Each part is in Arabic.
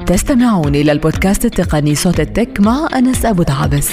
تستمعون إلى البودكاست التقني صوت التك مع أنس أبو دعابس.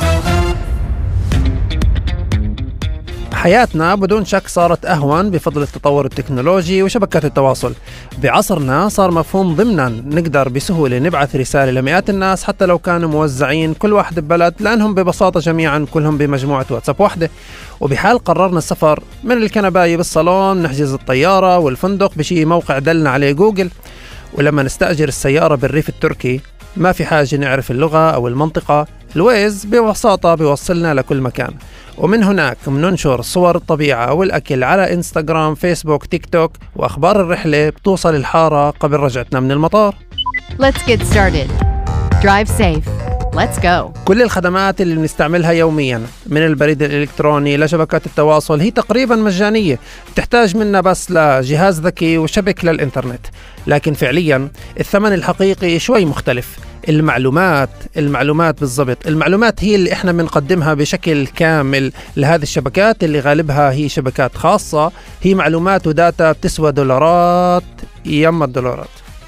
حياتنا بدون شك صارت أهون بفضل التطور التكنولوجي وشبكات التواصل. بعصرنا صار مفهوم ضمنا نقدر بسهولة نبعث رسالة لمئات الناس حتى لو كانوا موزعين كل واحد ببلد، لأنهم ببساطة جميعا كلهم بمجموعة واتساب واحدة. وبحال قررنا السفر من الكنباية بالصالون نحجز الطيارة والفندق بشي موقع دلنا عليه جوجل، ولما نستأجر السيارة بالريف التركي ما في حاجة نعرف اللغة أو المنطقة، الويز ببساطة بيوصلنا لكل مكان. ومن هناك مننشر صور الطبيعة والأكل على إنستغرام، فيسبوك، تيك توك، وأخبار الرحلة بتوصل الحارة قبل رجعتنا من المطار. Let's get started. Drive safe. Let's go. كل الخدمات اللي بنستعملها يوميا من البريد الإلكتروني لشبكات التواصل هي تقريبا مجانية، بتحتاج منا بس لجهاز ذكي وشبك للإنترنت. لكن فعليا الثمن الحقيقي شوي مختلف. المعلومات بالضبط، المعلومات هي اللي احنا بنقدمها بشكل كامل لهذه الشبكات اللي غالبها هي شبكات خاصة، هي معلومات وداتا بتسوى دولارات يما الدولارات.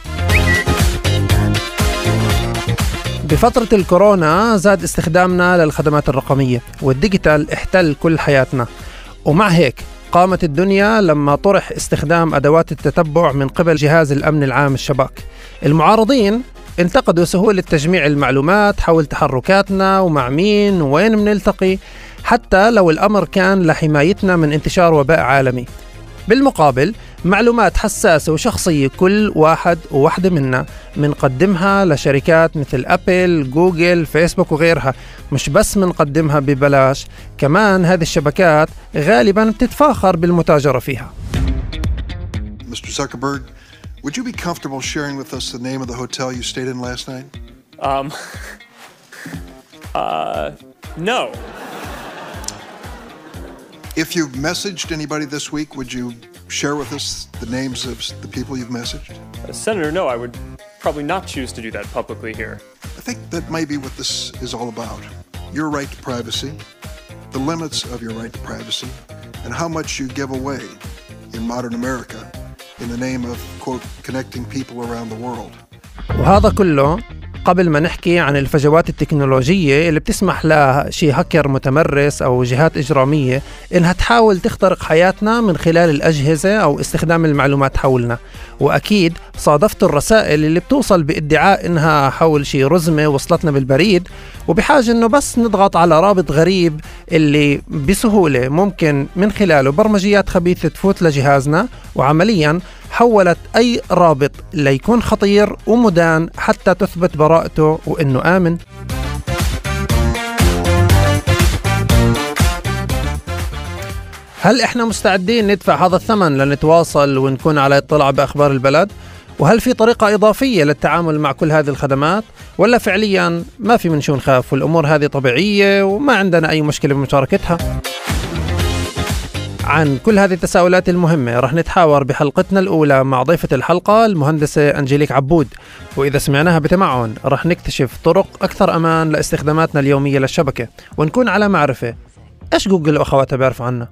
بفترة الكورونا زاد استخدامنا للخدمات الرقمية والديجيتال احتل كل حياتنا، ومع هيك قامت الدنيا لما طرح استخدام أدوات التتبع من قبل جهاز الأمن العام الشباك. المعارضين انتقدوا سهولة تجميع المعلومات حول تحركاتنا ومع مين وين بنلتقي، حتى لو الأمر كان لحمايتنا من انتشار وباء عالمي. بالمقابل معلومات حساسة وشخصية كل واحد وواحدة منا منقدمها لشركات مثل أبل، جوجل، فيسبوك وغيرها. مش بس منقدمها ببلاش، كمان هذه الشبكات غالبا بتتفاخر بالمتاجرة فيها. Mr. Zuckerberg, would you be comfortable sharing with us the name of the hotel you stayed in last night? No. If you've messaged anybody this week, would you share with us the names of the people you've messaged? Senator, no, I would probably not choose to do that publicly here. I think that may be what this is all about. Your right to privacy, the limits of your right to privacy, and how much you give away in modern America in the name of, quote, connecting people around the world. وهذا كله قبل ما نحكي عن الفجوات التكنولوجية اللي بتسمح لشي هاكر متمرس أو جهات إجرامية إنها تحاول تخترق حياتنا من خلال الأجهزة أو استخدام المعلومات حولنا. وأكيد صادفت الرسائل اللي بتوصل بادعاء إنها حول شي رزمة وصلتنا بالبريد، وبحاجة إنه بس نضغط على رابط غريب اللي بسهولة ممكن من خلاله برمجيات خبيثة تفوت لجهازنا، وعملياً حولت أي رابط ليكون خطير ومدان حتى تثبت براءته وإنه آمن. هل إحنا مستعدين ندفع هذا الثمن لنتواصل ونكون على اطلاع بأخبار البلد؟ وهل في طريقة إضافية للتعامل مع كل هذه الخدمات؟ ولا فعلياً ما في من شو نخاف والأمور هذه طبيعية وما عندنا أي مشكلة بمشاركتها؟ عن كل هذه التساؤلات المهمة رح نتحاور بحلقتنا الأولى مع ضيفة الحلقة المهندسة أنجليك عبود، وإذا سمعناها بتمعن رح نكتشف طرق أكثر أمان لاستخداماتنا اليومية للشبكة ونكون على معرفة إيش جوجل وأخواتها بيعرفوا عنا.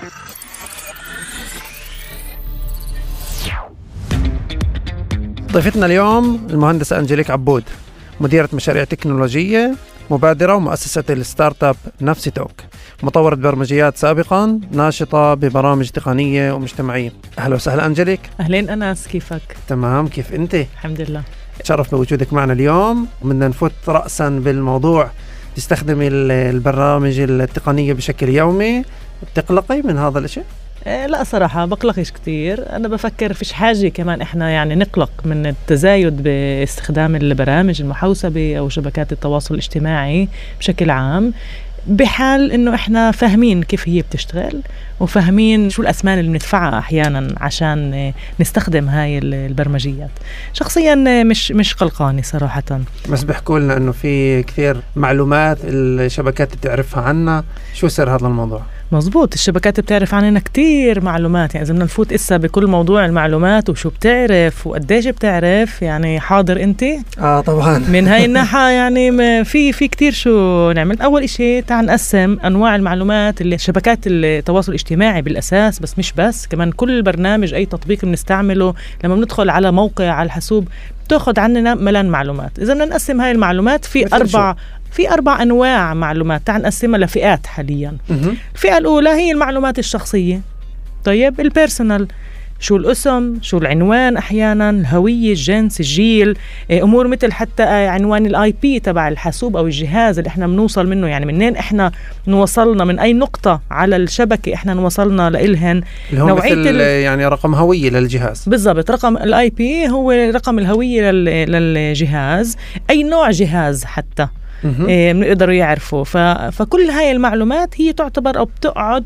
ضيفتنا اليوم المهندسة أنجليك عبود، مديرة مشاريع تكنولوجية مبادرة ومؤسسة الستارت اب نفسي توك، مطورة برمجيات سابقا، ناشطة ببرامج تقنية ومجتمعية. أهلا وسهلا أنجليك. أهلين أنس، كيفك؟ تمام، كيف أنت؟ الحمد لله. تشرف بوجودك معنا اليوم، وبدنا نفوت رأسا بالموضوع. تستخدمي البرامج التقنية بشكل يومي؟ بتقلقي من هذا الشيء؟ لا صراحة بقلقش كتير. أنا بفكر فيش حاجة كمان إحنا يعني نقلق من التزايد باستخدام البرامج المحوسبة أو شبكات التواصل الاجتماعي بشكل عام، بحال إنه إحنا فاهمين كيف هي بتشتغل وفاهمين شو الأثمان اللي بندفعها أحيانا عشان نستخدم هاي البرمجيات. شخصيا مش قلقاني صراحة. بس بيحكوا لنا إنه في كثير معلومات الشبكات بتعرفها عنا، شو سر هذا الموضوع؟ مزبوط. الشبكات بتعرف عننا كتير معلومات، يعني إذا بدنا نفوت إسا بكل موضوع المعلومات وشو بتعرف وقديش بتعرف، يعني حاضر أنت طبعا من هاي الناحية. يعني في كتير شو نعمل. أول إشي تعال نقسم أنواع المعلومات اللي شبكات التواصل الاجتماعي بالأساس، بس مش بس، كمان كل برنامج أي تطبيق بنستعمله لما بندخل على موقع على الحاسوب بتاخد عننا ملان معلومات. إذا بدنا نقسم هاي المعلومات في 4 أنواع معلومات. تعال نقسمها لفئات حاليا. الفئة الأولى هي المعلومات الشخصية. طيب البيرسونال، شو الاسم، شو العنوان، أحيانا الهوية، الجنس، الجيل، أمور مثل حتى عنوان الاي بي تبع الحاسوب أو الجهاز اللي احنا بنوصل منه، يعني منين احنا نوصلنا، من أي نقطة على الشبكة احنا نوصلنا لإلهن. اللي هو مثل يعني رقم هوية للجهاز. بالضبط، رقم الاي بي هو رقم الهوية للجهاز، أي نوع جهاز حتى بنقدروا يعرفوا. فكل هاي المعلومات هي تعتبر أو بتقعد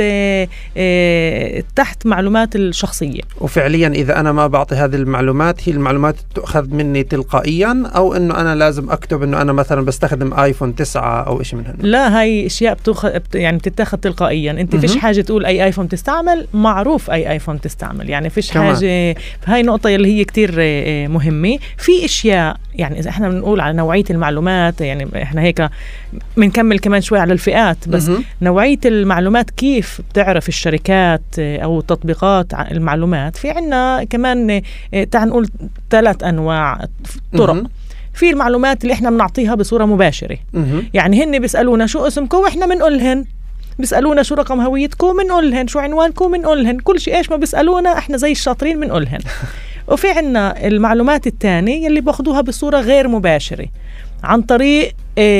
تحت معلومات الشخصية. وفعليا إذا أنا ما بعطي هذه المعلومات، هي المعلومات تأخذ مني تلقائيا، أو إنه أنا لازم أكتب إنه أنا مثلا بستخدم آيفون 9 أو إشي من هنا؟ لا، هاي أشياء يعني بتتاخذ تلقائيا. أنت فيش حاجة تقول أي آيفون تستعمل، معروف أي آيفون تستعمل، يعني فيش حاجة. فهاي نقطة اللي هي كتير مهمة. في أشياء يعني إذا إحنا بنقول على نوعية المعلومات، يعني إحنا هيك بنكمل كمان شوي على الفئات، بس نوعية المعلومات كيف بتعرف الشركات أو تطبيقات المعلومات. في عنا كمان تعال نقول 3 أنواع طرق. في المعلومات اللي إحنا بنعطيها بصورة مباشرة، يعني هن بيسألونا شو اسمكم وإحنا بنقولهن، بيسألونا شو رقم هويتكم بنقولهن، شو عنوانكم بنقولهن، كل شيء إيش ما بيسألونا إحنا زي الشاطرين بنقولهن. وفي عنا المعلومات الثانية اللي باخدوها بصورة غير مباشرة، عن طريق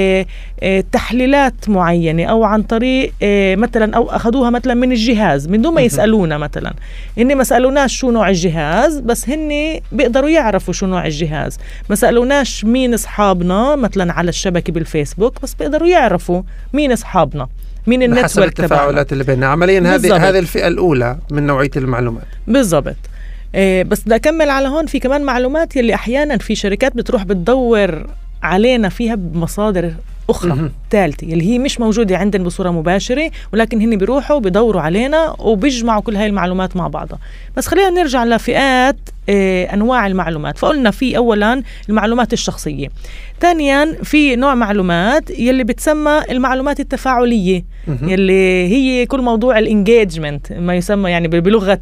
تحليلات معينة، أو عن طريق مثلا، أو أخذوها مثلا من الجهاز من دون ما يسألونا. مثلا إني ما سألوناش شو نوع الجهاز، بس هني بيقدروا يعرفوا شو نوع الجهاز. ما سألوناش مين أصحابنا مثلا على الشبكة بالفيسبوك، بس بيقدروا يعرفوا مين أصحابنا، مين النتورك حسب التفاعلات اللي بيننا. عمليا هذه الفئة الأولى من نوعية المعلومات. بالضبط. بس بدي أكمل على هون. في كمان معلومات يلي أحيانا في شركات بتروح بتدور علينا فيها بمصادر أخرى ثالثة اللي هي مش موجودة عندنا بصورة مباشرة، ولكن هن بيروحوا بيدوروا علينا وبيجمعوا كل هاي المعلومات مع بعضها. بس خلينا نرجع لفئات أنواع المعلومات. فقلنا في أولا المعلومات الشخصية، ثانيا في نوع معلومات يلي بتسمى المعلومات التفاعلية، يلي هي كل موضوع الانجيجمنت ما يسمى يعني بلغة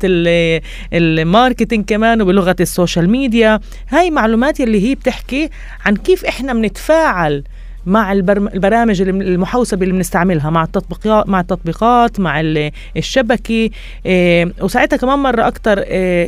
الماركتينج كمان وبلغة السوشيال ميديا. هاي معلومات يلي هي بتحكي عن كيف إحنا بنتفاعل مع البرامج المحوسبة اللي بنستعملها، مع التطبيقات مع الشبكة. وساعتها كمان مرة أكتر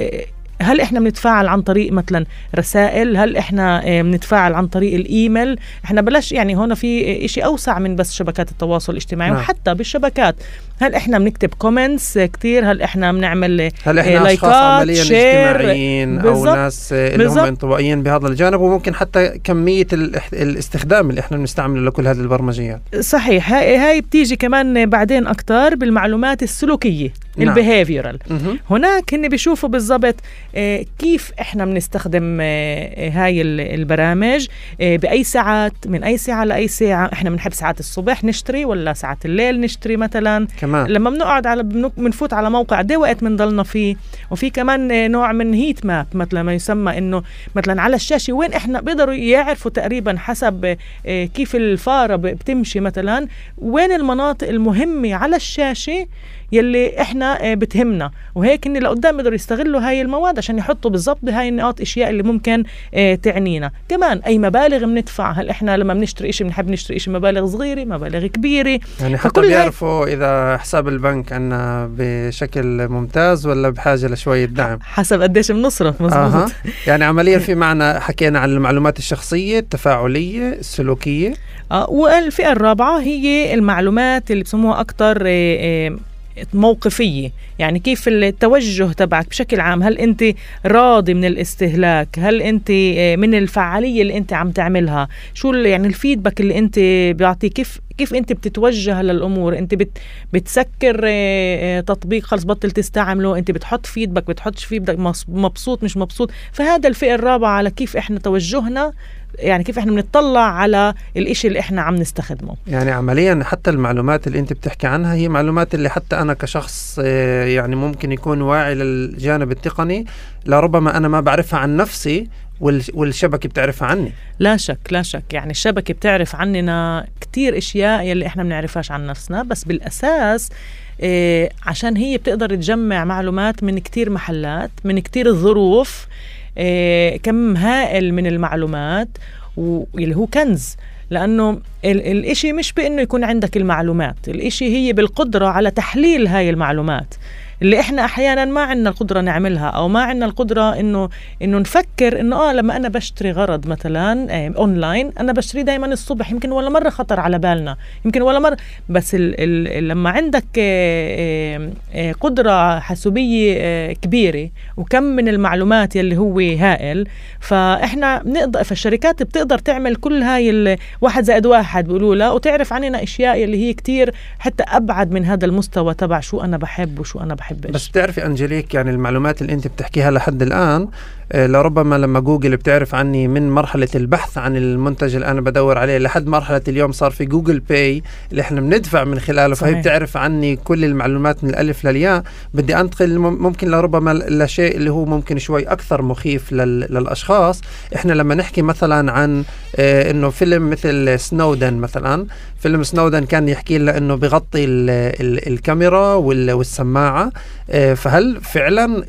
هل إحنا بنتفاعل عن طريق مثلا رسائل، هل إحنا بنتفاعل عن طريق الإيميل. إحنا بلاش يعني هون في إشي أوسع من بس شبكات التواصل الاجتماعي. وحتى بالشبكات هل إحنا بنكتب كومنتس كتير، هل إحنا بنعمل هل إحنا أشخاص عمليا اجتماعيين أو ناس اللي هم انطوائيين بهذا الجانب، وممكن حتى كمية الاستخدام اللي إحنا بنستعمله لكل هذه البرمجيات. صحيح. هاي بتيجي كمان بعدين أكتر بالمعلومات السلوكية، البيهيفيرال. هناك هن بيشوفوا بالضبط كيف إحنا بنستخدم هاي البرامج، بأي ساعات، من أي ساعة لأي ساعة. إحنا بنحب ساعات الصبح نشتري ولا ساعات الليل نشتري مثلا كمان. لما بنقعد بنفوت على موقع دي وقت بنضلنا فيه. وفي كمان نوع من هيت ماب مثلا ما يسمى إنه مثلا على الشاشة وين إحنا بيقدروا يعرفوا تقريبا حسب كيف الفارة بتمشي مثلا وين المناطق المهمة على الشاشة يلي إحنا بتهمنا. وهيك إني لقدام بيقدروا يستغلوا هاي المواد عشان يحطوا بالضبط بهاي النقاط إشياء اللي ممكن تعنينا. كمان أي مبالغ بندفع، هل إحنا لما بنشتري إشي بنحب نشتري إشي مبالغ صغيرة مبالغ كبيرة، يعني حتى بيعرفوا إذا حساب البنك عنا بشكل ممتاز ولا بحاجة لشوية دعم حسب قديش بنصرف. مزبوط. يعني عمليا في معنى حكينا عن المعلومات الشخصية، التفاعلية، السلوكية. والفئة الرابعة هي المعلومات اللي بسموها أكتر موقفية، يعني كيف التوجه تبعك بشكل عام. هل أنت راضي من الاستهلاك؟ هل أنت من الفعالية اللي أنت عم تعملها؟ شو يعني الفيدباك اللي أنت بيعطي؟ كيف أنت بتتوجه للأمور. أنت بتسكر تطبيق خلص بطل تستعمله، أنت بتحط فيدباك بتحطش فيدباك، مبسوط مش مبسوط. فهذا الفئة الرابعة على كيف إحنا توجهنا، يعني كيف إحنا بنطلع على الإشي اللي إحنا عم نستخدمه. يعني عمليا حتى المعلومات اللي أنت بتحكي عنها هي معلومات اللي حتى أنا كشخص يعني ممكن يكون واعي للجانب التقني لربما أنا ما بعرفها عن نفسي والشبكة بتعرفها عني. لا شك لا شك، يعني الشبكة بتعرف عننا كتير إشياء يلي إحنا بنعرفهاش عن نفسنا، بس بالأساس عشان هي بتقدر تجمع معلومات من كتير محلات، من كتير الظروف، كم هائل من المعلومات، واللي هو كنز. لأنه الإشي مش بأنه يكون عندك المعلومات، الإشي هي بالقدرة على تحليل هاي المعلومات اللي إحنا أحيانا ما عنا القدرة نعملها، أو ما عنا القدرة إنه نفكر إنه لما أنا بشتري غرض مثلا أونلاين، أنا بشتري دايما الصبح، يمكن ولا مرة خطر على بالنا، يمكن ولا مرة، بس لما عندك قدرة حاسوبية كبيرة وكم من المعلومات يلي هو هائل، فإحنا بنقدر، فالشركات بتقدر تعمل كل هاي 1+1 بيقولوا لا، وتعرف عننا إشياء يلي هي كتير حتى أبعد من هذا المستوى تبع شو أنا بحب وشو أنا بحبش. بس بتعرفي أنجليك، يعني المعلومات اللي أنت بتحكيها لحد الآن لربما لما جوجل بتعرف عني من مرحلة البحث عن المنتج اللي أنا بدور عليه لحد مرحلة اليوم صار في جوجل باي اللي احنا بندفع من خلاله، فهي بتعرف عني كل المعلومات من الألف للياء. بدي أنتقل ممكن لربما لشيء اللي هو ممكن شوي أكثر مخيف للأشخاص. إحنا لما نحكي مثلا عن إنه فيلم مثل سنودن، مثلا فيلم سنودن كان يحكي لنا إنه بغطي الكاميرا والسماعة، فهل فعلا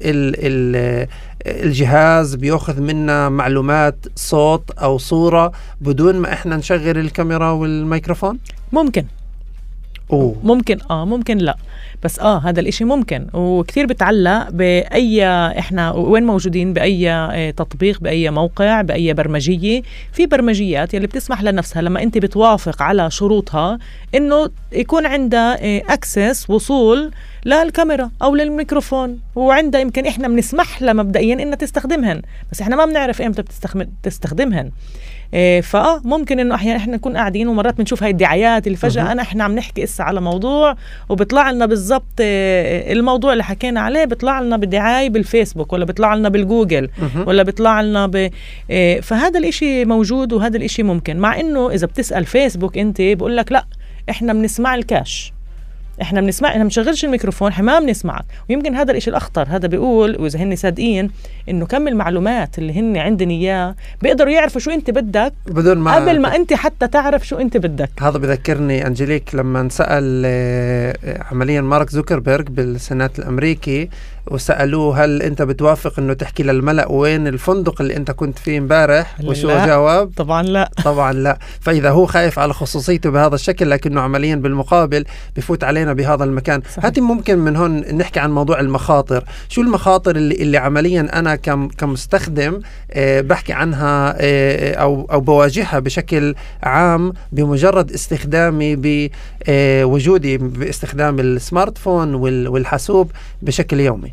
الجهاز بيأخذ منا معلومات صوت أو صورة بدون ما إحنا نشغل الكاميرا والميكروفون؟ ممكن. ممكن ممكن لا، بس هذا الاشي ممكن، وكثير بتعلق بأي احنا وين موجودين، بأي تطبيق، بأي موقع، بأي برمجية. في برمجيات يلي بتسمح لنفسها لما انت بتوافق على شروطها انه يكون عندها اكسس، وصول للكاميرا او للميكروفون، وعندها يمكن احنا بنسمح لها مبدئيا انها تستخدمهن، بس احنا ما بنعرف امتى تستخدمهن. ممكن انه احيانا احنا نكون قاعدين ومرات بنشوف هاي الدعايات اللي فجأة احنا عم نحكي على موضوع وبيطلع لنا بالضبط الموضوع اللي حكينا عليه، بيطلع لنا بدعاية بالفيسبوك ولا بيطلع لنا بالجوجل ولا بيطلع لنا فهذا الاشي موجود، وهذا الاشي ممكن. مع انه اذا بتسأل فيسبوك انت بقول لك لا، احنا بنسمع الكاش، احنا بنشغلش الميكروفون، احنا ما بنسمعك. ويمكن هذا الاشي الاخطر، هذا بيقول واذا هن صادقين انه كم المعلومات اللي هن عندن اياه بيقدروا يعرفوا شو انت بدك بدون ما قبل ما انت حتى تعرف شو انت بدك. هذا بذكرني انجليك لما نسأل عمليا مارك زوكربيرج بالسنات الامريكي وسألوه هل انت بتوافق انه تحكي للملأ وين الفندق اللي انت كنت فيه امبارح، وشو جاوب؟ طبعا لا. طبعا لا. فاذا هو خايف على خصوصيته بهذا الشكل، لكنه عمليا بالمقابل بفوت علينا بهذا المكان. هاتي ممكن من هون نحكي عن موضوع المخاطر. شو المخاطر اللي عمليا انا كمستخدم بحكي عنها او بواجهها بشكل عام بمجرد استخدامي بوجودي باستخدام السمارت فون والحاسوب بشكل يومي؟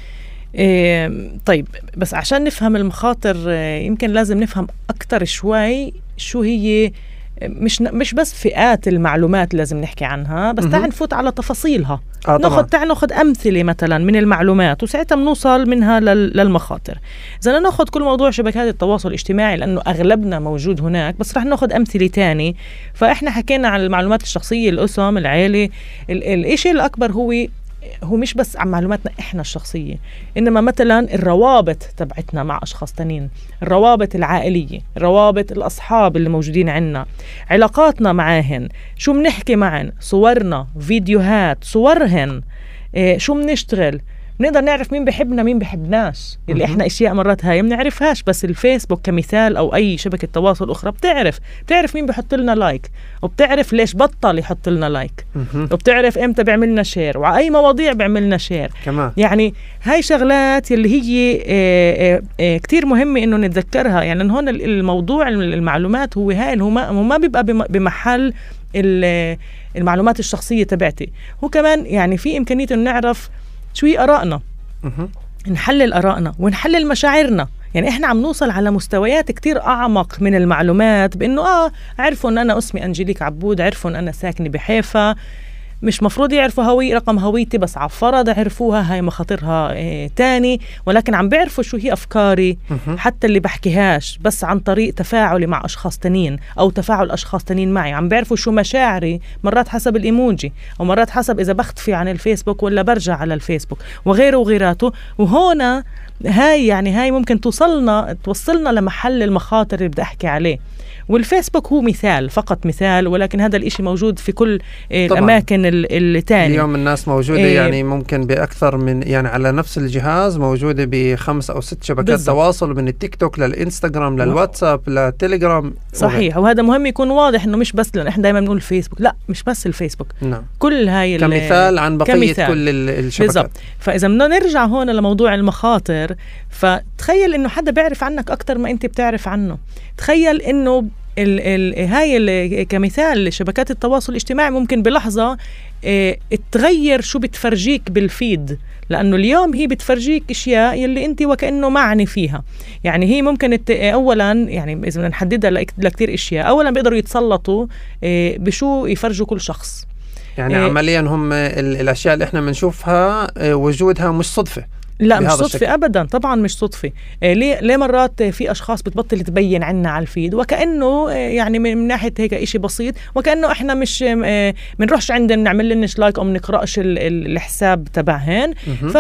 طيب، بس عشان نفهم المخاطر يمكن لازم نفهم أكتر شوي شو هي، مش بس فئات المعلومات لازم نحكي عنها، بس تعال نفوت على تفاصيلها. ناخد أمثلة مثلا من المعلومات، وساعتها بنوصل منها للمخاطر. إذا ناخد كل موضوع شبكات التواصل الاجتماعي لأنه أغلبنا موجود هناك، بس رح ناخد أمثلة تاني. فإحنا حكينا عن المعلومات الشخصية، الأسم، العائلة. الإشي الأكبر هو مش بس عن معلوماتنا إحنا الشخصية، إنما مثلا الروابط تبعتنا مع أشخاص تانين، الروابط العائلية، الروابط الأصحاب اللي موجودين عنا، علاقاتنا معاهن، شو بنحكي معن، صورنا، فيديوهات، صورهن، شو بنشتغل. بنقدر نعرف مين بحبنا مين بحبناش، اللي احنا اشياء مرات هاي بنعرفهاش، بس الفيسبوك كمثال او اي شبكة تواصل اخرى بتعرف مين بحط لنا لايك، وبتعرف ليش بطل يحط لنا لايك، وبتعرف امتى بيعملنا شير، وعلى اي مواضيع بيعملنا شير كمان. يعني هاي شغلات اللي هي كتير مهمة انه نتذكرها. يعني هون الموضوع المعلومات هو هاي، هو ما بيبقى بمحل المعلومات الشخصية تبعتي، هو كمان يعني في امكانية انه نعرف شو هي آرائنا، نحلل آرائنا ونحلل مشاعرنا. يعني إحنا عم نوصل على مستويات كتير أعمق من المعلومات، بأنه عرفوا أن أنا اسمي أنجليك عبود، عرفوا أن أنا ساكنة بحيفا، مش مفروض يعرفوا رقم هويتي، بس عفرض عرفوها، هاي مخاطرها تاني، ولكن عم بيعرفوا شو هي أفكاري حتى اللي بحكيهاش، بس عن طريق تفاعلي مع أشخاص تانيين أو تفاعل أشخاص تانيين معي. عم بيعرفوا شو مشاعري، مرات حسب الإيموجي، أو مرات حسب إذا بختفي عن الفيسبوك ولا برجع على الفيسبوك وغيره وغيراته. وهنا هاي ممكن توصلنا لمحل المخاطر اللي بدي أحكي عليه. والفيسبوك هو مثال، فقط مثال، ولكن هذا الإشي موجود في كل الأماكن التانية. اليوم الناس موجودة يعني ممكن بأكثر من، يعني على نفس الجهاز موجودة ب5 أو 6 شبكات تواصل، من التيك توك للإنستغرام للواتساب للتليجرام. صحيح. وهذا مهم يكون واضح، إنه مش بس، لأن إحنا دايما بنقول الفيسبوك، لا مش بس الفيسبوك، نعم. كل هاي كمثال عن بقية كل الشبكات. بالضبط. فإذا بدنا نرجع هون لموضوع المخاطر، فتخيل إنه حدا بيعرف عنك أكتر ما أنت بتعرف عنه. تخيل إنه هاي كمثال شبكات التواصل الاجتماعي ممكن بلحظة تغير شو بتفرجيك بالفيد، لأنه اليوم هي بتفرجيك إشياء يلي أنت وكأنه معني فيها. يعني هي ممكن أولا، يعني إذا نحددها لكتير إشياء، أولا بيقدروا يتسلطوا بشو يفرجوا كل شخص. يعني عمليا هم الأشياء اللي إحنا بنشوفها وجودها مش صدفة. لا مش صدفة أبدا، طبعا مش صدفة. ليه مرات في أشخاص بتبطل تبين عنا على الفيد، وكأنه يعني من ناحية هيك إشي بسيط، وكأنه إحنا مش منروحش عندنا نعمل لنش لايك أو منقرأش الحساب تبعهن،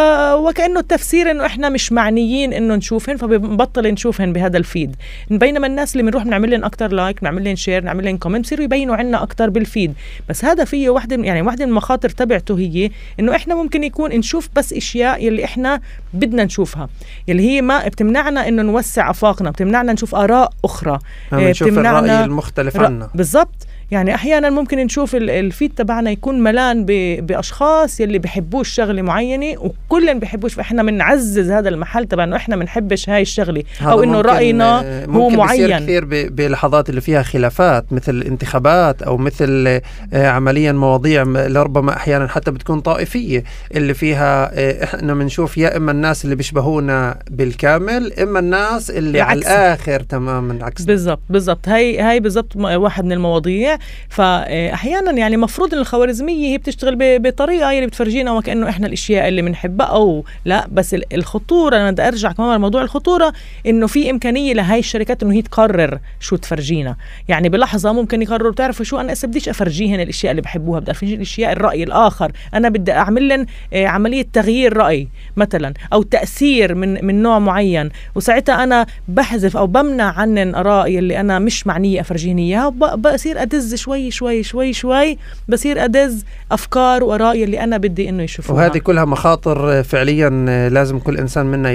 وكأنه التفسير إنه إحنا مش معنيين إنه نشوفهن، فبنبطل نشوفهن بهذا الفيد. بينما الناس اللي بنروح نعمل لن أكتر لايك، نعمل لن شير، نعمل لن كومنت، بصيروا يبينوا عنا أكتر بالفيد. بس هذا فيه واحدة من المخاطر تبعته، هي إنه إحنا ممكن يكون نشوف بس إشياء يلي إحنا بدنا نشوفها، يلي هي ما بتمنعنا إنه نوسع آفاقنا، بتمنعنا نشوف آراء أخرى، نشوف الرأي المختلف عنا. بالضبط. يعني أحيانا ممكن نشوف الفيد تبعنا يكون ملان بأشخاص يلي بيحبوش شغلة معينة وكلن بيحبوش، فإحنا بنعزز هذا المحل تبع إنه إحنا بنحبش هاي الشغلة، أو إنه رأينا هو معين. ممكن كثير بلحظات اللي فيها خلافات، مثل الانتخابات أو مثل عمليا مواضيع لربما أحيانا حتى بتكون طائفية، اللي فيها إحنا بنشوف يا إما الناس اللي بيشبهونا بالكامل، إما الناس اللي على الآخر تماما عكس. بالضبط. هاي بالضبط واحد من المواضيع. فأحيانا يعني مفروض إن الخوارزمية هي بتشتغل بطريقة اللي بتفرجينا وكأنه إحنا الأشياء اللي بنحبها أو لا. بس الخطورة، أنا بدي أرجع كمان لموضوع الخطورة، إنه في إمكانية لهاي الشركات إنه هي تقرر شو تفرجينا. يعني بلحظة ممكن يقرروا، تعرفوا شو، أنا بديش أفرجيهن الأشياء اللي بحبوها، بدي أفرجيهن الأشياء الرأي الآخر، أنا بدي أعمل لن عملية تغيير رأي مثلا، أو تأثير من نوع معين، وساعتها أنا بحذف أو بمنع عنن آراء اللي أنا مش معنية أفرجيهن إياها، وبصير أدز شوي شوي شوي شوي، بصير أدز أفكار وآراء اللي أنا بدي إنه يشوفوها. وهذه كلها مخاطر فعليا لازم كل إنسان منا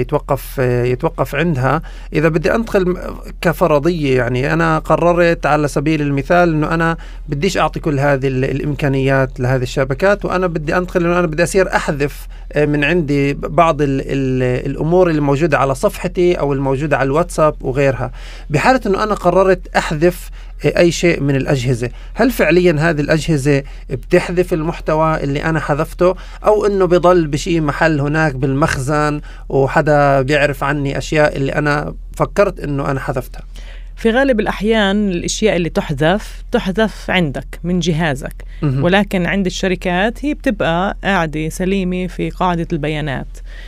يتوقف عندها. إذا بدي أدخل كفرضية، يعني أنا قررت على سبيل المثال إنه أنا بديش أعطي كل هذه الإمكانيات لهذه الشبكات، وأنا بدي أدخل إنه أنا بدي أصير أحذف من عندي بعض الأمور اللي موجودة على صفحتي أو الموجودة على الواتساب وغيرها. بحالة إنه أنا قررت أحذف أي شيء من الأجهزة، هل فعليا هذه الأجهزة بتحذف المحتوى اللي أنا حذفته، أو إنه بيضل بشيء محل هناك بالمخزن وحدا بيعرف عني أشياء اللي أنا فكرت إنه أنا حذفتها؟ في غالب الأحيان الأشياء اللي تحذف عندك من جهازك، ولكن عند الشركات هي بتبقى قاعدة سليمة في قاعدة البيانات.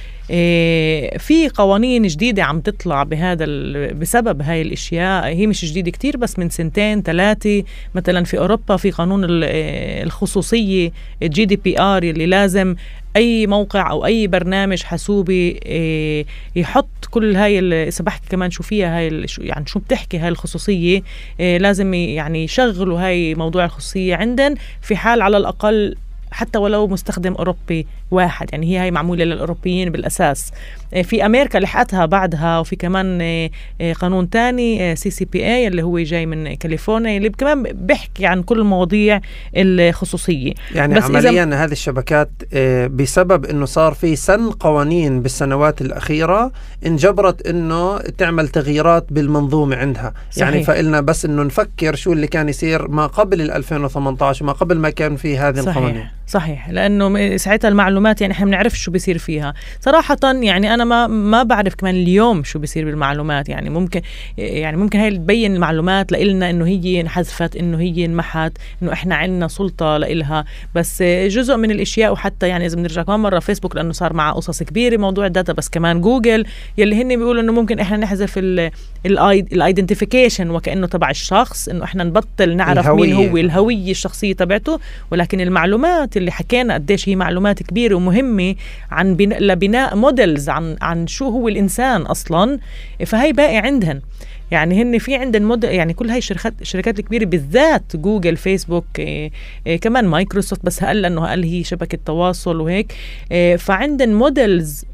في قوانين جديدة عم تطلع بسبب هاي الاشياء، هي مش جديدة كتير، بس من 2-3 مثلا في اوروبا في قانون الخصوصية GDPR، اللي لازم اي موقع او اي برنامج حاسوبي يحط كل هاي اذا بحكي كمان شو فيها هاي، يعني شو بتحكي هاي الخصوصية، لازم يعني يشغلوا هاي موضوع الخصوصية عندن، في حال على الاقل حتى ولو مستخدم أوروبي واحد. يعني هي معمولة للأوروبيين بالأساس. في أمريكا لحقتها بعدها، وفي كمان قانون تاني CCPA اللي هو جاي من كاليفورنيا، اللي كمان بيحكي عن كل مواضيع الخصوصية. يعني بس عمليا هذه الشبكات بسبب أنه صار في سن قوانين بالسنوات الأخيرة انجبرت أنه تعمل تغييرات بالمنظومة عندها. صحيح. يعني فإلنا بس أنه نفكر شو اللي كان يصير ما قبل 2018 وما قبل ما كان في هذه القوانين. صحيح، لأنه ساعتها المعلومات يعني إحنا بنعرف شو بيصير فيها صراحة. يعني أنا ما بعرف كمان اليوم شو بيصير بالمعلومات. يعني ممكن هاي تبين المعلومات لإلنا إنه هي انحذفت، إنه هي انمحت، إنه إحنا عندنا سلطة لإلها. بس جزء من الأشياء، وحتى يعني إذا بنرجع كمان مرة فيسبوك لأنه صار معه قصص كبيرة موضوع الداتا، بس كمان جوجل يلي هن بيقولوا إنه ممكن إحنا نحذف الايدنتيفيكيشن وكأنه تبع الشخص، إنه إحنا نبطل نعرف مين هو، الهوية الشخصية تبعته. ولكن المعلومات اللي حكينا قديش هي معلومات كبيرة ومهمة عن لبناء موديلز عن شو هو الإنسان أصلا، فهي باقي عندهن. يعني هن في عندن يعني كل هاي الشركات الكبيرة بالذات جوجل، فيسبوك، كمان مايكروسوفت، بس هقل هي شبكة تواصل وهيك. فعندن موديلز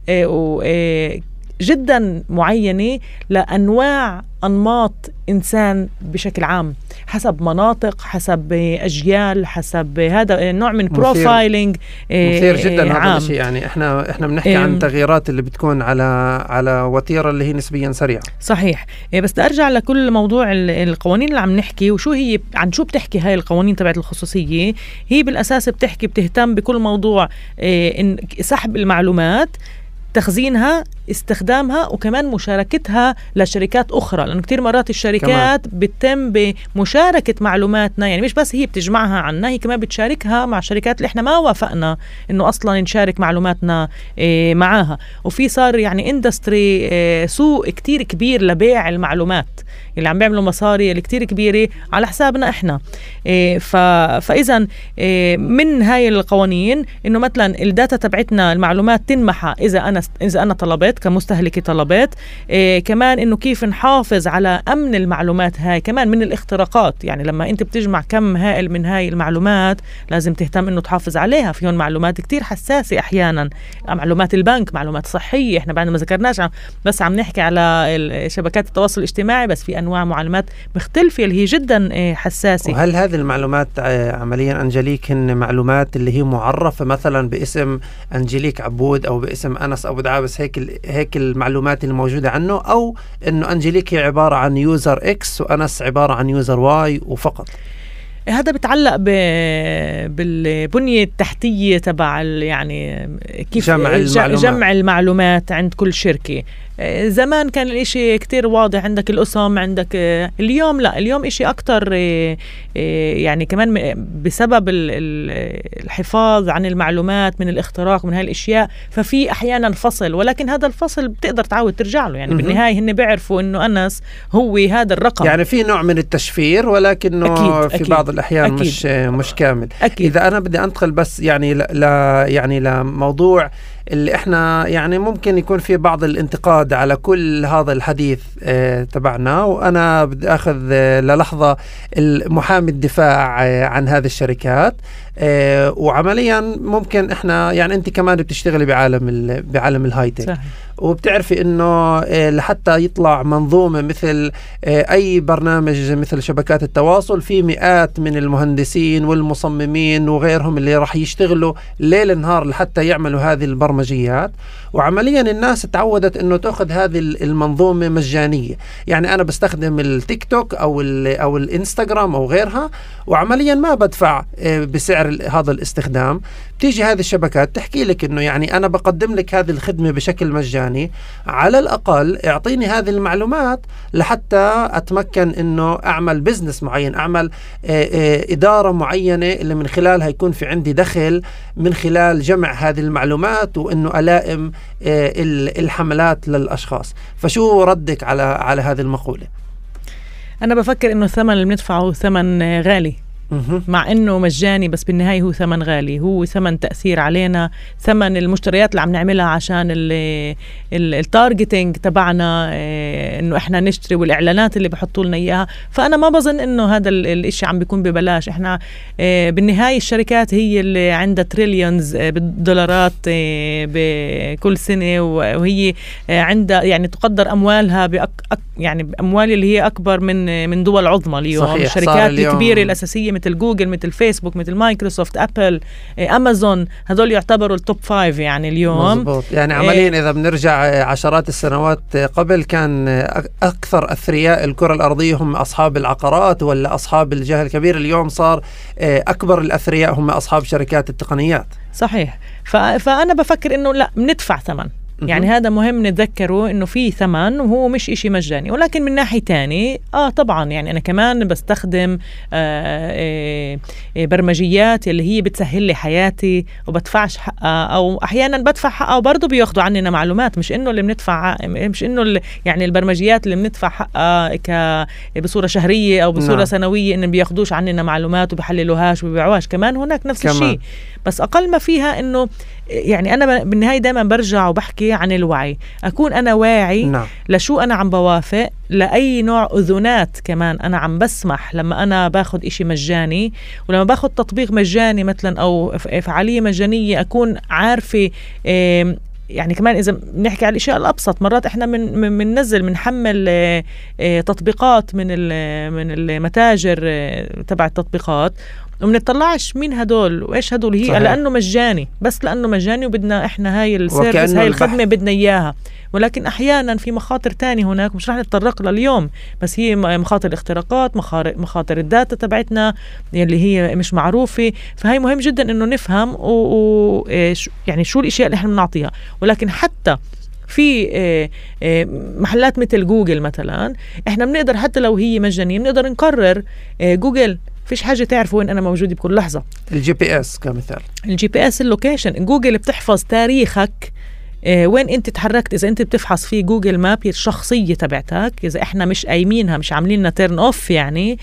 جدا معينة أنماط إنسان بشكل عام، حسب مناطق، حسب أجيال، حسب هذا نوع من بروفايلينج مثير جدا هذا الشيء. يعني احنا بنحكي عن التغييرات اللي بتكون على وتيرة اللي هي نسبيا سريعة. صحيح. بس بدي أرجع لكل موضوع القوانين اللي عم نحكي وشو هي، عن شو بتحكي هاي القوانين تبعت الخصوصية. هي بالأساس بتهتم بكل موضوع إن سحب المعلومات، تخزينها، استخدامها، وكمان مشاركتها لشركات أخرى. لأنه كتير مرات الشركات بتتم بمشاركة معلوماتنا، يعني مش بس هي بتجمعها عنا، هي كمان بتشاركها مع شركات اللي احنا ما وافقنا إنه أصلا نشارك معلوماتنا معاها. وفي صار يعني اندستري، سوق كتير كبير لبيع المعلومات اللي عم بيعملوا مصاري اللي كتير كبيرة على حسابنا احنا. فإذا من هاي القوانين إنه مثلا الداتا تبعتنا، المعلومات تنمحى إذا أنا طلبت كمستهلكي طلبات. كمان إنه كيف نحافظ على أمن المعلومات هاي كمان من الاختراقات. يعني لما أنت بتجمع كم هائل من هاي المعلومات لازم تهتم إنه تحافظ عليها. فيهم معلومات كتير حساسة أحيانا، معلومات البنك، معلومات صحية. إحنا بعد ما ذكرناش بس عم نحكي على شبكات التواصل الاجتماعي، بس في أنواع معلومات مختلفة اللي هي جدا حساسة. وهل هذه المعلومات عمليا أنجليك هن معلومات اللي هي معرفة مثلا باسم أنجليك عبود أو باسم أنس أبو دعابس، هيك المعلومات الموجودة عنه، أو إنه أنجليك هي عبارة عن يوزر إكس وأنس عبارة عن يوزر واي وفقط؟ هذا بتعلق بالبنية التحتية تبع يعني كيف جمع المعلومات عند كل شركة. زمان كان الاشي كتير واضح، عندك الأسم، عندك اليوم لا، اليوم اشي أكتر يعني كمان بسبب الحفاظ عن المعلومات من الاختراق من هاي الاشياء. ففي احيانا فصل، ولكن هذا الفصل بتقدر تعود ترجع له. يعني بالنهاية هن بيعرفوا انه أنس هو هذا الرقم. يعني في نوع من التشفير، ولكنه في بعض الأحيان مش كامل. أكيد. إذا أنا بدي أنتقل بس يعني لموضوع اللي احنا يعني ممكن يكون في بعض الانتقاد على كل هذا الحديث تبعنا، وأنا بدي أخذ للحظة محامي الدفاع عن هذه الشركات. وعمليا ممكن احنا يعني انت كمان بتشتغلي بعالم الهايتك، وبتعرفي انه لحتى يطلع منظومة مثل اي برنامج مثل شبكات التواصل، في مئات من المهندسين والمصممين وغيرهم اللي راح يشتغلوا ليل نهار لحتى يعملوا هذه البرمجيات. وعمليا الناس تعودت انه تأخذ هذه المنظومة مجانية. يعني انا بستخدم التيك توك او الانستغرام او غيرها، وعمليا ما بدفع بسعر هذا الاستخدام. بتيجي هذه الشبكات تحكي لك انه يعني انا بقدم لك هذه الخدمة بشكل مجاني، على الاقل اعطيني هذه المعلومات لحتى اتمكن انه اعمل بزنس معين، اعمل ادارة معينة اللي من خلالها يكون في عندي دخل من خلال جمع هذه المعلومات، وانه الائم الحملات للاشخاص. فشو ردك على هذه المقولة؟ انا بفكر انه الثمن اللي بندفعه ثمن غالي، مع انه مجاني، بس بالنهاية هو ثمن غالي، هو ثمن تأثير علينا، ثمن المشتريات اللي عم نعملها عشان التارجتينج تبعنا، انه احنا نشتري، والاعلانات اللي بحطوا لنا اياها. فانا ما بظن انه هذا الاشي عم بيكون ببلاش. احنا بالنهاية الشركات هي اللي عندها تريليونز بالدولارات بكل سنة، وهي عندها يعني تقدر اموالها يعني باموال اللي هي اكبر من دول عظمى اليوم. الشركات الكبيرة الاساسية مثل جوجل، مثل فيسبوك، مثل مايكروسوفت، أبل، أمازون، هذول يعتبروا التوب 5 يعني اليوم. مزبوط. يعني عمليا إذا بنرجع عشرات السنوات قبل كان أكثر أثرياء الكرة الأرضية هم أصحاب العقارات ولا أصحاب الجاه الكبير. اليوم صار أكبر الأثرياء هم أصحاب شركات التقنيات. صحيح. فأنا بفكر إنه لا، بندفع ثمن. يعني هذا مهم نتذكره إنه في ثمن وهو مش إشي مجاني. ولكن من ناحية تاني طبعا يعني أنا كمان بستخدم برمجيات اللي هي بتسهل لي حياتي وبدفعش حقها، أو أحيانا بدفع حقها وبرضه بياخدوا عننا معلومات. مش إنه اللي بندفع، مش إنه يعني البرمجيات اللي بندفع حقها بصورة شهرية أو بصورة سنوية إن بياخدوش عننا معلومات وبيحللوهاش وبيبيعوهاش. كمان هناك نفس الشيء، بس أقل ما فيها إنه يعني أنا بالنهاية دايما برجع وبحكي عن الوعي. أكون أنا واعي لشو أنا عم بوافق، لأي نوع أذونات كمان أنا عم بسمح لما أنا باخد إشي مجاني. ولما باخد تطبيق مجاني مثلا أو فعالية مجانية أكون عارفة. يعني كمان إذا بنحكي على الأشياء الأبسط، مرات إحنا بنحمل تطبيقات من المتاجر تبع التطبيقات ومنطلعش مين هدول وإيش هدول. هي صحيح. لأنه مجاني، بس لأنه مجاني وبدنا إحنا هاي السيرفيس، هاي الخدمة بدنا إياها. ولكن أحيانا في مخاطر تانية هناك مش رح نتطرق لها اليوم، بس هي مخاطر الاختراقات، مخاطر الداتا تبعتنا اللي هي مش معروفة. فهي مهم جدا إنه نفهم يعني شو الأشياء اللي إحنا بنعطيها. ولكن حتى في محلات مثل جوجل مثلا، إحنا بنقدر حتى لو هي مجانية بنقدر نقرر جوجل فيش حاجة تعرف وين أنا موجود بكل لحظة. الGPS كمثال، الGPS اللوكيشن. جوجل بتحفظ تاريخك، وين أنت تحركت. إذا أنت بتفحص في جوجل ماب الشخصية تبعتك، إذا إحنا مش قايمينها، مش عاملينها تيرن أوف يعني،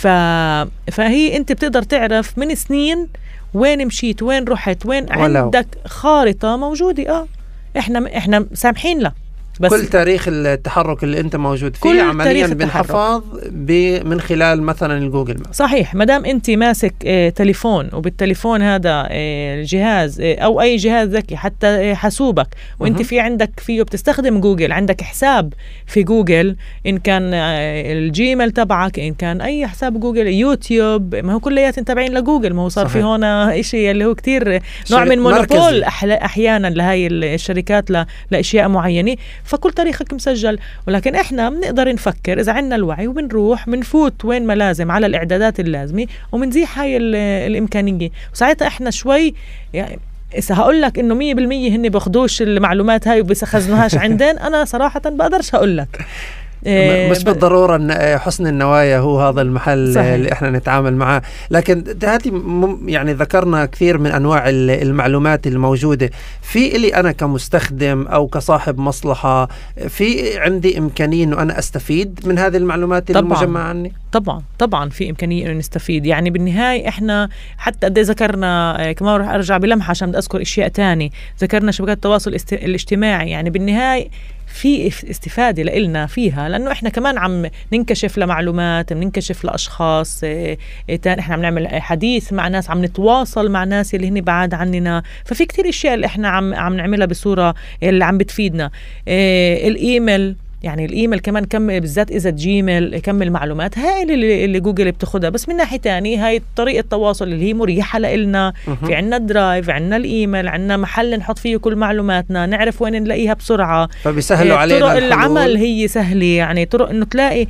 فهي أنت بتقدر تعرف من سنين وين مشيت، وين رحت، وين عندك خارطة موجودة. إحنا سامحين له، بس كل تاريخ التحرك اللي انت موجود فيه عمليا بنحفظ من خلال مثلا الجوجل ماب. صحيح. مدام انت ماسك تليفون، وبالتليفون هذا الجهاز او اي جهاز ذكي حتى حاسوبك، وانت في عندك فيه بتستخدم جوجل، عندك حساب في جوجل، ان كان الجيميل تبعك، ان كان اي حساب جوجل، يوتيوب، ما هو كليات تابعين لجوجل. ما هو صار في هنا اشي اللي هو كتير نوع من مونوبول احيانا لهي الشركات لاشياء معينه. فكل تاريخك مسجل. ولكن احنا بنقدر نفكر اذا عندنا الوعي وبنروح بنفوت وين ما لازم على الاعدادات اللازمه وبنزيح هاي الامكانيه. وساعتها احنا شوي يعني إذا هقول لك إنه 100% هن بياخدوش المعلومات هاي وبيخزنوهاش عندين، أنا صراحة بقدرش هقول لك. مش بالضرورة أن حسن النوايا هو هذا المحل صحيح. اللي احنا نتعامل معه. لكن هذه يعني ذكرنا كثير من أنواع المعلومات الموجودة في اللي أنا كمستخدم أو كصاحب مصلحة، في عندي إمكانية أنه أنا أستفيد من هذه المعلومات المجمعة عني. طبعا في إمكانية أنه نستفيد. يعني بالنهاية إحنا حتى قد ذكرنا كمان، رح أرجع بلمحة عشان بدي أذكر إشياء تاني. ذكرنا شبكات التواصل الاجتماعي. يعني بالنهاية في استفادة لإلنا فيها، لأنه إحنا كمان عم ننكشف لمعلومات، ننكشف لأشخاص إحنا عم نعمل حديث مع ناس، عم نتواصل مع ناس اللي هن بعاد عننا. ففي كتير إشياء اللي إحنا عم نعملها بصورة اللي عم بتفيدنا. الإيميل، يعني الإيميل كمان كمل، بالذات إذا جيميل كمل معلومات هاي اللي جوجل بتاخدها. بس من ناحية تاني هاي طريقة التواصل اللي هي مريحة لإلنا. في عنا درايف، عنا الإيميل، عنا محل نحط فيه كل معلوماتنا، نعرف وين نلاقيها بسرعة. فبيسهلوا علينا طرق العمل هي سهلة. يعني طرق إنه تلاقي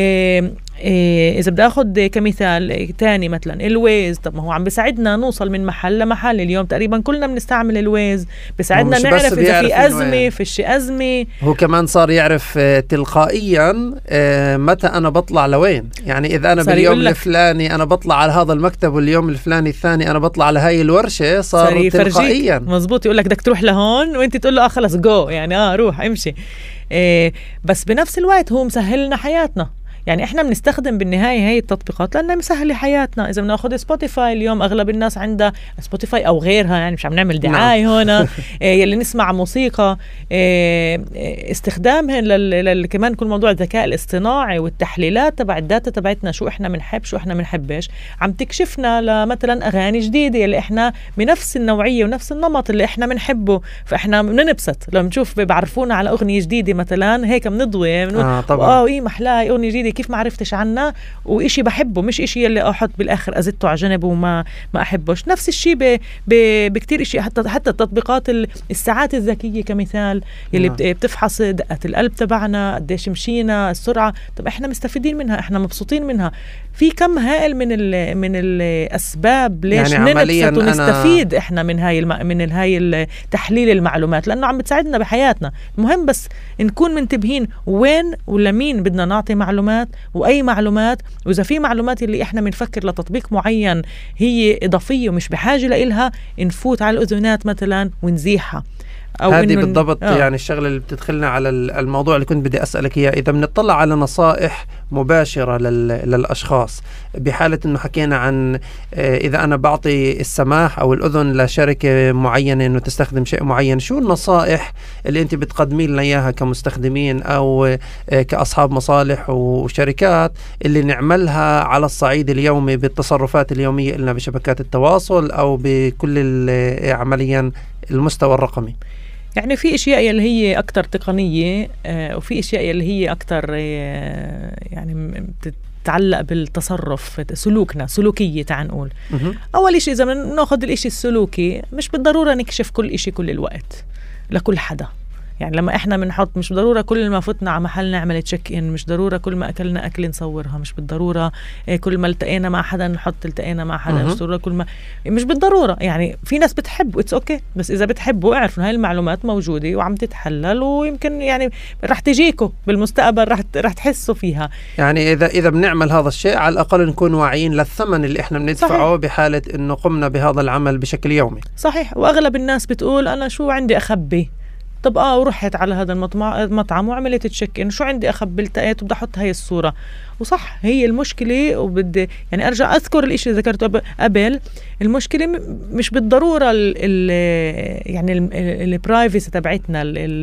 إذا بدي أخذ كمثال تاني مثلا الويز. طب ما هو عم بيساعدنا نوصل من محل لمحل. اليوم تقريبا كلنا بنستعمل الويز، بيساعدنا نعرف إذا في أزمة، فيش أزمة. هو كمان صار يعرف تلقائيا متى أنا بطلع لوين. يعني إذا أنا باليوم الفلاني أنا بطلع على هذا المكتب، واليوم الفلاني الثاني أنا بطلع على هاي الورشة، صار تلقائيا. مزبوط. يقول لك بدك تروح لهون وانت تقول له خلص جو، يعني روح امشي. بس بنفس الوقت هو مسهل لنا حياتنا. يعني احنا بنستخدم بالنهاية هاي التطبيقات لأنها مسهلة حياتنا. إذا بناخد سبوتيفاي، اليوم أغلب الناس عندها سبوتيفاي أو غيرها، يعني مش عم نعمل دعاية هنا. يلي نسمع موسيقى، استخدامهن كمان كل موضوع الذكاء الاصطناعي والتحليلات تبع الداتا تبعتنا، شو احنا بنحب شو احنا بنحبش، عم تكشفنا لمثلا أغاني جديدة اللي احنا بنفس النوعية ونفس النمط اللي احنا بنحبه. فاحنا بننبسط لما نشوف بعرفونا على أغنية جديدة مثلا، هيك بنضوي إيه محلاها أغنية جديدة كيف ما عرفتش عنها وإشي بحبه مش إشي اللي أحط بالآخر أزدته على جنب وما أحبوش. نفس الشيء بكتير إشي، حتى التطبيقات الساعات الذكية كمثال يلي بتفحص دقة القلب تبعنا، قديش مشينا، السرعة. طب إحنا مستفيدين منها، إحنا مبسوطين منها. في كم هائل من الأسباب ليش يعني ننبسط ونستفيد إحنا من هاي تحليل المعلومات، لأنه عم بتساعدنا بحياتنا. المهم بس نكون منتبهين وين ولا مين بدنا نعطي معلومات وأي معلومات، وإذا في معلومات اللي إحنا بنفكر لتطبيق معين هي إضافية ومش بحاجة لإلها، نفوت على الأذونات مثلا ونزيحها. هذه بالضبط يعني الشغلة اللي بتدخلنا على الموضوع اللي كنت بدي أسألك إياه. إذا بنطلع على نصائح مباشرة للأشخاص بحالة إنه حكينا عن إذا أنا بعطي السماح أو الأذن لشركة معينة إنه تستخدم شيء معين، شو النصائح اللي أنت بتقدمي لنا إياها كمستخدمين أو كأصحاب مصالح وشركات اللي نعملها على الصعيد اليومي بالتصرفات اليومية لنا بشبكات التواصل أو بكل عمليا المستوى الرقمي؟ يعني في اشياء اللي هي اكثر تقنيه وفي اشياء اللي هي اكثر يعني بتتعلق بالتصرف، سلوكيه. تعال نقول اول شيء اذا بناخذ الاشي السلوكي، مش بالضروره نكشف كل اشي كل الوقت لكل حدا. يعني لما احنا بنحط، مش ضرورة كل ما فتنا على محل نعمل تشيك ان، مش ضرورة كل ما اكلنا اكل نصورها، مش بالضرورة كل ما التقينا مع حدا نحط التقينا مع حدا، مش ضرورة كل ما، مش بالضرورة. يعني في ناس بتحب اتس اوكي، بس اذا بتحبوا اعرفوا هاي المعلومات موجودة وعم تتحلل، ويمكن يعني رح تجيكم بالمستقبل، رح تحسوا فيها. يعني اذا بنعمل هذا الشيء على الاقل نكون واعيين للثمن اللي احنا بندفعه. صحيح. بحالة انه قمنا بهذا العمل بشكل يومي. صحيح. واغلب الناس بتقول انا شو عندي اخبي، طب ورحت على هذا المطعم وعملت تشيك ان، شو عندي اخبي، التقيت وبدي احط هاي الصورة. وصح هي المشكلة، وبدي يعني ارجع اذكر الاشي اللي ذكرته قبل. المشكلة مش بالضرورة يعني البرايفسي تبعتنا،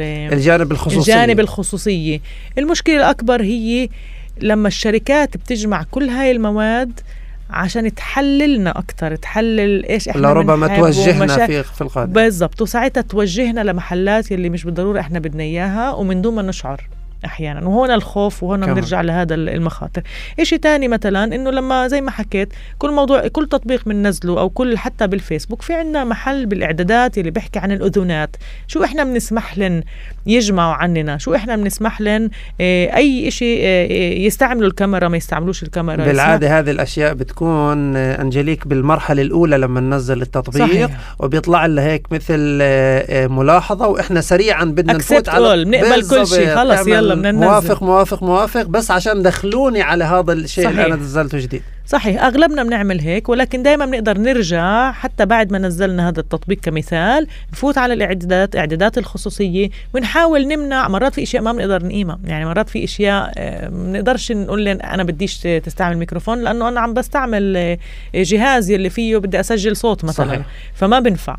الجانب الخصوصية. المشكلة الاكبر هي لما الشركات بتجمع كل هاي المواد عشان تحللنا أكتر، تحلل إيش إحنا لربما توجهنا في القادم. بالضبط. وساعتها توجهنا لمحلات اللي مش بالضرورة إحنا بدنا إياها ومن دون ما نشعر أحيانا. وهنا الخوف، وهنا بنرجع لهذا المخاطر. إشي تاني مثلا إنه لما زي ما حكيت كل تطبيق بننزله أو حتى بالفيسبوك في عنا محل بالإعدادات اللي بيحكي عن الأذونات، شو إحنا بنسمح لن يجمعوا عننا، شو إحنا بنسمح لن أي إشي يستعملوا الكاميرا ما يستعملوش الكاميرا. بالعادة هذه الأشياء بتكون أنجليك بالمرحلة الأولى لما ننزل التطبيق. صحيح. وبيطلع لها هيك مثل ملاحظة، وإحنا سريعا بدنا نفوت على بنقبل كل شيء، خلص يلا موافق بس عشان دخلوني على هذا الشيء. صحيح. اللي أنا نزلته جديد. صحيح. أغلبنا بنعمل هيك، ولكن دايما بنقدر نرجع حتى بعد ما نزلنا هذا التطبيق كمثال، نفوت على إعدادات الخصوصية ونحاول نمنع. مرات في إشياء ما بنقدر نقيمها، يعني مرات في إشياء بنقدرش نقول لن أنا بديش تستعمل ميكروفون لأنه أنا عم بستعمل جهازي اللي فيه بدي أسجل صوت مثلا. صحيح. فما بنفع.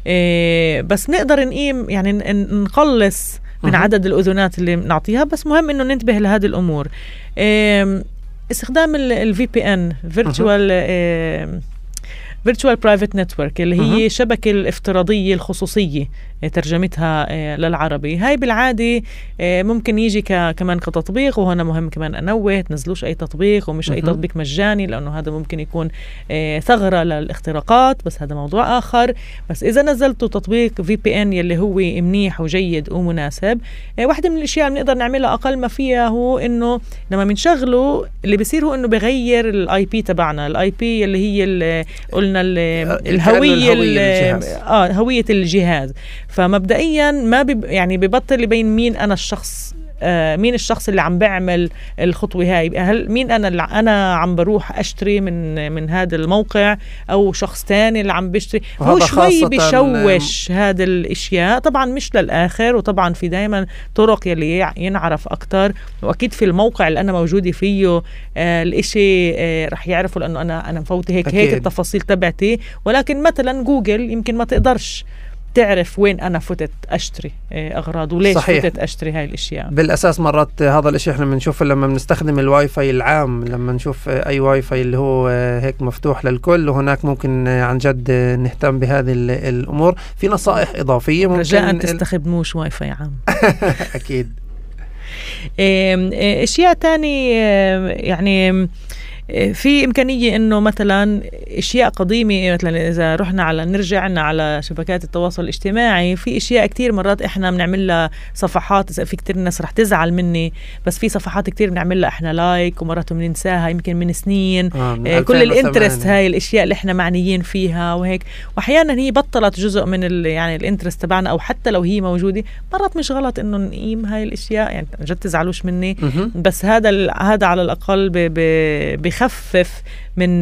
بس نقدر نقيم، يعني نقلص من عدد الأذونات اللي نعطيها. بس مهم إنه ننتبه لهذه الأمور. استخدام ال VPN Virtual Private Network اللي هي شبكة الافتراضية الخصوصية ترجمتها للعربي. هاي بالعادة ممكن يجي كمان كتطبيق، وهنا مهم كمان أنوه تنزلوش أي تطبيق، ومش أي تطبيق مجاني، لأنه هذا ممكن يكون ثغرة للاختراقات، بس هذا موضوع آخر. بس إذا نزلتوا تطبيق VPN يلي هو منيح وجيد ومناسب، واحدة من الأشياء اللي نقدر نعملها أقل ما فيها هو إنه لما بنشغله اللي بيصير هو إنه بيغير ال IP تبعنا. ال IP اللي هي قلنا هوية الجهاز. فمبدئيا ما يعني ببطل يبين مين أنا الشخص، مين الشخص اللي عم بعمل الخطوة هاي. هل مين أنا اللي أنا عم بروح أشتري من هذا الموقع، أو شخص تاني اللي عم بيشتري. هو شوي بيشوش هذا الاشياء، طبعا مش للآخر. وطبعا في دايما طرق يلي ينعرف أكتر، وأكيد في الموقع اللي أنا موجودة فيه الاشي رح يعرفوا، لأنه أنا مفوتي هيك التفاصيل تبعتي. ولكن مثلا جوجل يمكن ما تقدرش تعرف وين أنا فتت أشتري أغراض وليش. صحيح. فتت أشتري هاي الأشياء. بالأساس مرات هذا الأشياء إحنا بنشوفه لما بنستخدم الواي فاي العام، لما نشوف أي واي فاي اللي هو هيك مفتوح للكل، وهناك ممكن عن جد نهتم بهذه الأمور. في نصائح إضافية ممكن رجاء تستخدموش واي فاي عام. أكيد. اشياء تاني يعني في إمكانية إنه مثلا أشياء قديمة، مثلا إذا رحنا نرجعنا على شبكات التواصل الاجتماعي، في أشياء كتير مرات إحنا بنعملها صفحات، إذا في كتير ناس رح تزعل مني، بس في صفحات كتير بنعملها إحنا لايك ومرات بننساها يمكن من سنين. كل الانترست هاي الأشياء اللي إحنا معنيين فيها وهيك، وأحيانا هي بطلت جزء من يعني الانترست تبعنا، أو حتى لو هي موجودة مرات مش غلط إنه نقيم هاي الأشياء، يعني جد تزعلوش مني. بس هذا على الأقل بخفف من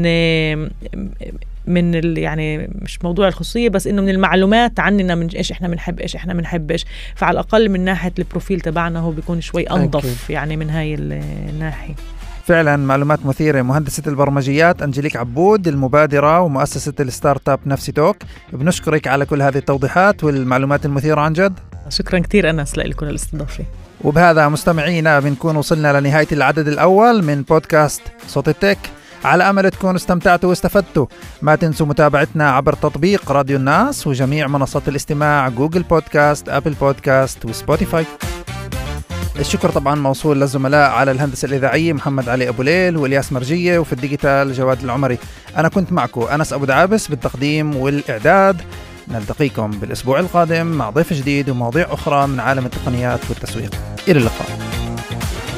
يعني مش موضوع الخصوصية، بس إنه من المعلومات عننا، من إيش إحنا بنحب، إيش إحنا بنحبش، فعلى الأقل من ناحية البروفيل تبعنا هو بيكون شوي أنظف يعني من هاي الناحية. فعلا معلومات مثيرة. مهندسة البرمجيات أنجليك عبود، المبادرة ومؤسسة الستارت اب نفسي توك، بنشكرك على كل هذه التوضيحات والمعلومات المثيرة عن جد. شكرا كتير أنس لكم الاستضافة. وبهذا مستمعينا بنكون وصلنا لنهاية العدد الأول من بودكاست صوت التك. على أمل تكونوا استمتعتوا واستفدتوا. ما تنسوا متابعتنا عبر تطبيق راديو الناس وجميع منصات الاستماع، جوجل بودكاست، أبل بودكاست وسبوتيفاي. الشكر طبعا موصول للزملاء على الهندسة الإذاعية محمد علي أبو ليل والياس مرجية، وفي الديجيتال جواد العمري. أنا كنت معكم أنس أبو دعابس بالتقديم والإعداد. نلتقيكم بالأسبوع القادم مع ضيف جديد ومواضيع أخرى من عالم التقنيات والتسويق. إلى اللقاء.